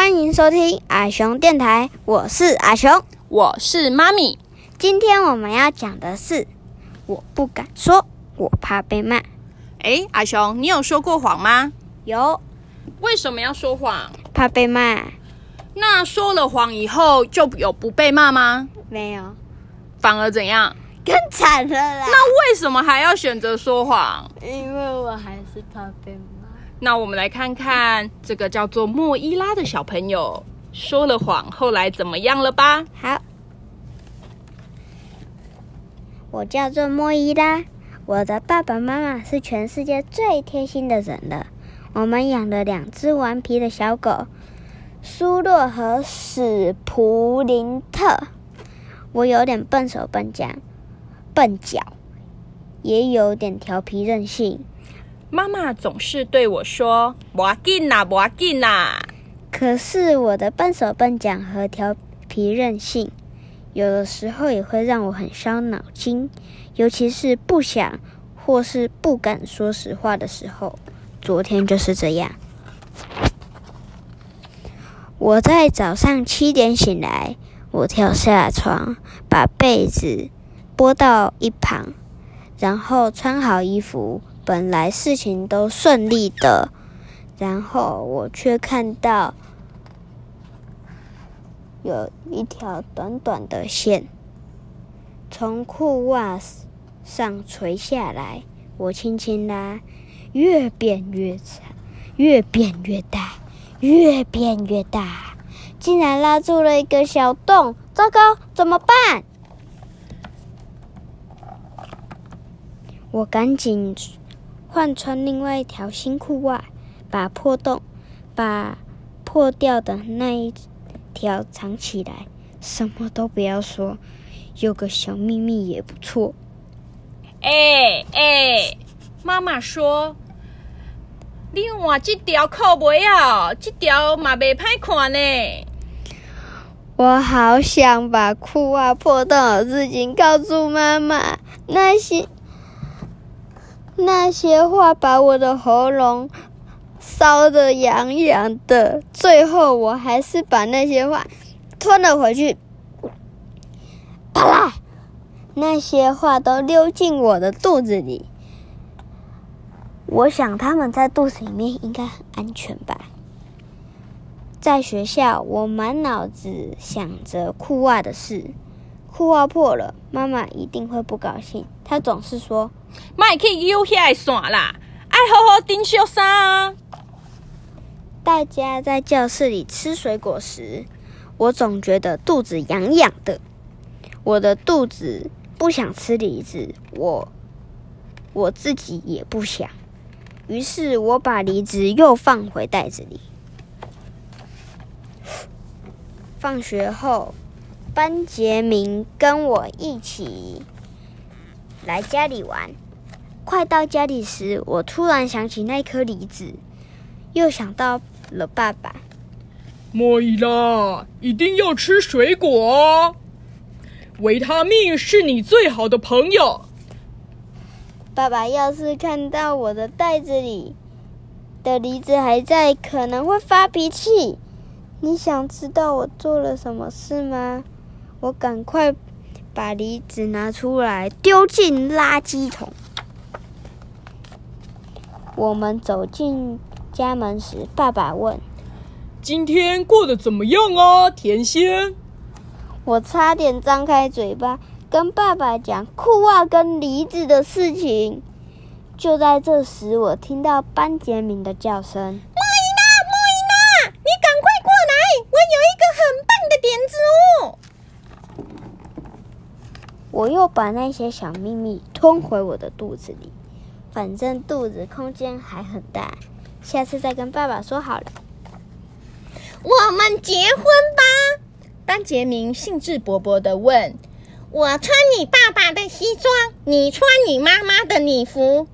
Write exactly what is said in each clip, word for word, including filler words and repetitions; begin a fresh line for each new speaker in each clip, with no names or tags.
欢迎收听阿雄电台，我是阿雄，
我是妈咪。
今天我们要讲的是，我不敢说，我怕被骂。
诶，阿雄，你有说过谎吗？
有。
为什么要说谎？
怕被骂。
那说了谎以后就有不被骂吗？
没有。
反而怎样？
更惨了啦。
那为什么还要选择说谎？
因为我还是怕被骂。
那我们来看看这个叫做莫伊拉的小朋友说了谎后来怎么样了吧。
好，我叫做莫伊拉，我的爸爸妈妈是全世界最贴心的人了。我们养了两只顽皮的小狗，苏洛和史普林特。我有点笨手笨脚，笨脚，也有点调皮任性。
妈妈总是对我说：“不要紧啦，不要紧啦。”
可是我的笨手笨脚和调皮任性，有的时候也会让我很伤脑筋，尤其是不想或是不敢说实话的时候。昨天就是这样。我在早上七点醒来，我跳下床，把被子拨到一旁，然后穿好衣服。本来事情都顺利的，然后我却看到有一条短短的线从裤袜上垂下来，我轻轻拉，越变越长，越变越大，越变越大，竟然拉住了一个小洞！糟糕，怎么办？我赶紧换穿另外一条新裤袜，把破洞，把破掉的那一条藏起来，什么都不要说，有个小秘密也不错。
哎哎，妈妈说，你换这条裤袜啊，这条嘛袂歹看呢。
我好想把裤袜破洞的事情告诉妈妈，那些那些话把我的喉咙烧得痒痒的，最后我还是把那些话吞了回去。啪啦！那些话都溜进我的肚子里。我想他们在肚子里面应该很安全吧。在学校，我满脑子想着裤袜的事。裤袜破了，妈妈一定会不高兴。她总是说：“
莫去揪遐个线啦，爱好好顶小衫啊。”
大家在教室里吃水果时，我总觉得肚子痒痒的。我的肚子不想吃梨子，我我自己也不想。于是我把梨子又放回袋子里。放学后，班杰明跟我一起来家里玩。快到家里时，我突然想起那颗梨子，又想到了爸爸。
莫伊拉，一定要吃水果哦，维他命是你最好的朋友。
爸爸要是看到我的袋子里的梨子还在，可能会发脾气。你想知道我做了什么事吗？我赶快把梨子拿出来，丢进垃圾桶。我们走进家门时，爸爸问：“
今天过得怎么样啊，甜心？”
我差点张开嘴巴跟爸爸讲裤袜跟梨子的事情。就在这时，我听到班杰明的叫声：“莫伊娜，莫伊娜，你赶快过来，我有一个很棒的点子哦！”我又把那些小秘密吞回我的肚子里，反正肚子空间还很大，下次再跟爸爸说好了。
我们结婚吧！班杰明兴致勃勃地问：“我穿你爸爸的西装，你穿你妈妈的礼服。”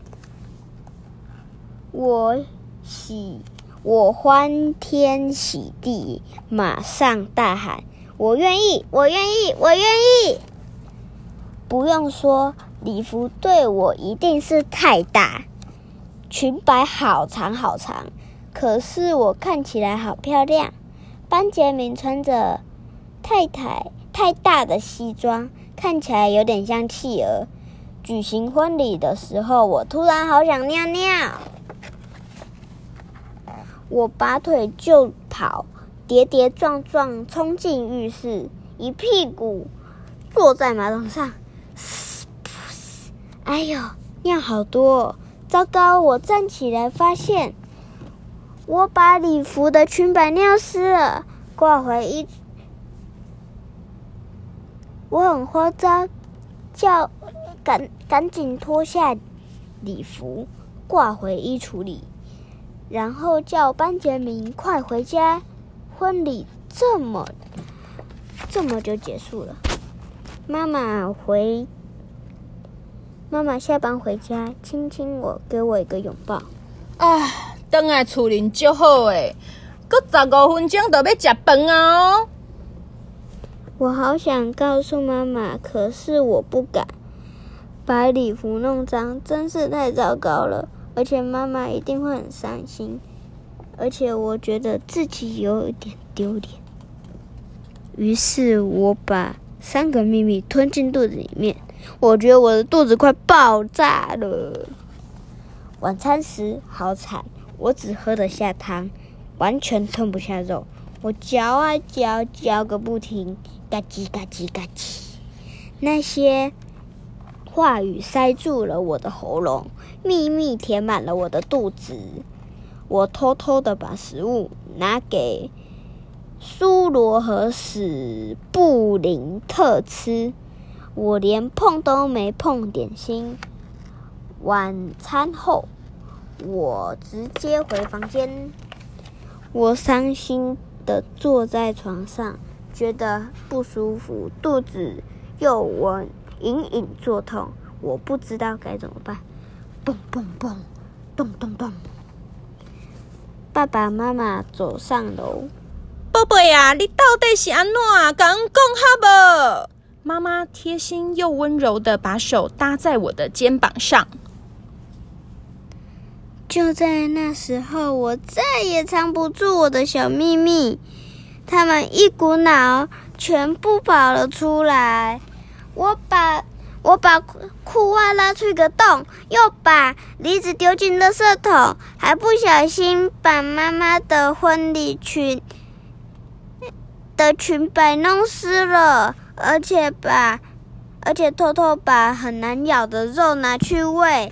我喜，我欢天喜地，马上大喊：“我愿意，我愿意，我愿意！”不用说，礼服对我一定是太大，裙摆好长好长， 可是我看起来好漂亮。班杰明穿着太太太大的西装，看起来有点像企鹅。举行婚礼的时候，我突然好想尿尿。我拔腿就跑，跌跌撞撞冲进浴室，一屁股坐在马桶上。哎呦，尿好多！糟糕！我站起来发现，我把礼服的裙摆尿湿了，挂回衣。我很慌张，叫赶赶紧脱下礼服，挂回衣橱里，然后叫班杰明快回家。婚礼这么这么就结束了。妈妈回，妈妈下班回家，亲亲我，给我一个拥抱。
啊，回来厝里就好诶，阁十五分钟就要食饭啊哦。
我好想告诉妈妈，可是我不敢。把礼服弄脏真是太糟糕了，而且妈妈一定会很伤心，而且我觉得自己有一点丢脸。于是我把三个秘密吞进肚子里面，我觉得我的肚子快爆炸了。晚餐时好惨，我只喝得下汤，完全吞不下肉。我嚼啊嚼，嚼个不停，嘎叽嘎叽嘎叽。那些话语塞住了我的喉咙，秘密填满了我的肚子。我偷偷的把食物拿给苏罗和史布林特吃，我连碰都没碰点心。晚餐后，我直接回房间。我伤心的坐在床上，觉得不舒服，肚子又我隐隐作痛，我不知道该怎么办。蹦蹦蹦，咚咚咚。爸爸妈妈走上楼。
宝贝啊，你到底是安怎？甲阮讲好无？妈妈贴心又温柔的把手搭在我的肩膀上。
就在那时候，我再也藏不住我的小秘密，它们一股脑全部跑了出来。我把我把裤袜拉出一个洞，又把梨子丢进垃圾桶，还不小心把妈妈的婚礼裙的裙摆弄湿了，而且把而且偷偷把很难咬的肉拿去喂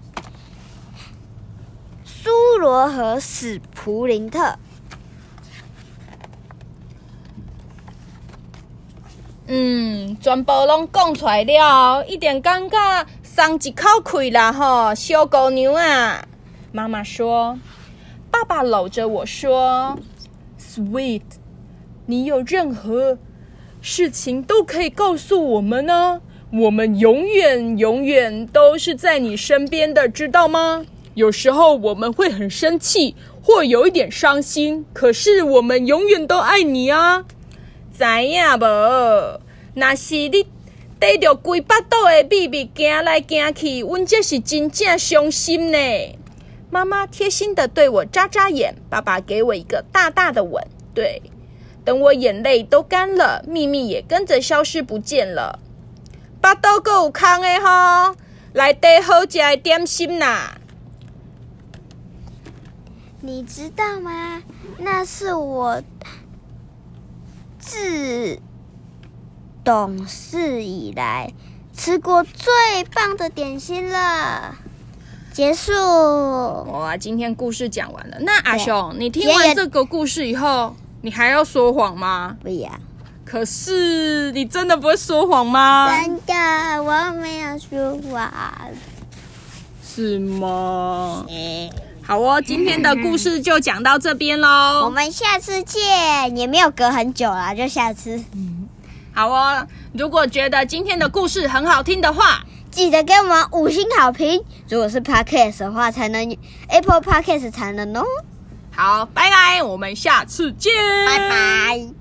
苏罗和史普林特。
嗯，全部拢讲出来了，一点感觉松一口气啦吼，小姑娘啊！妈妈说，爸爸搂着我说 ：“Sweet， 你有任何事情都可以告诉我们呢，我们永远永远都是在你身边的，知道吗？有时候我们会很生气，或有一点伤心，可是我们永远都爱你啊！”知影无？若是你带着规巴肚的秘密行来行去，阮这是真正伤心呢。妈妈贴心的对我眨眨眼，爸爸给我一个大大的吻。对，等我眼泪都干了，秘密也跟着消失不见了。巴肚还有空的吼，内底好吃的点心啦。
你知道吗？那是我自懂事以来吃过最棒的点心了。结束。
哇，今天故事讲完了。那阿雄，你听完这个故事以后，你还要说谎吗？
不要。
可是你真的不会说谎吗？
真的，我没有说谎。
是吗？嗯好哦，今天的故事就讲到这边咯。
我们下次见，也没有隔很久啦，就下次。
嗯，好哦，如果觉得今天的故事很好听的话，
记得给我们五星好评。如果是 Podcast 的话，才能 Apple Podcast 才能哦。
好，拜拜，我们下次见，
拜拜。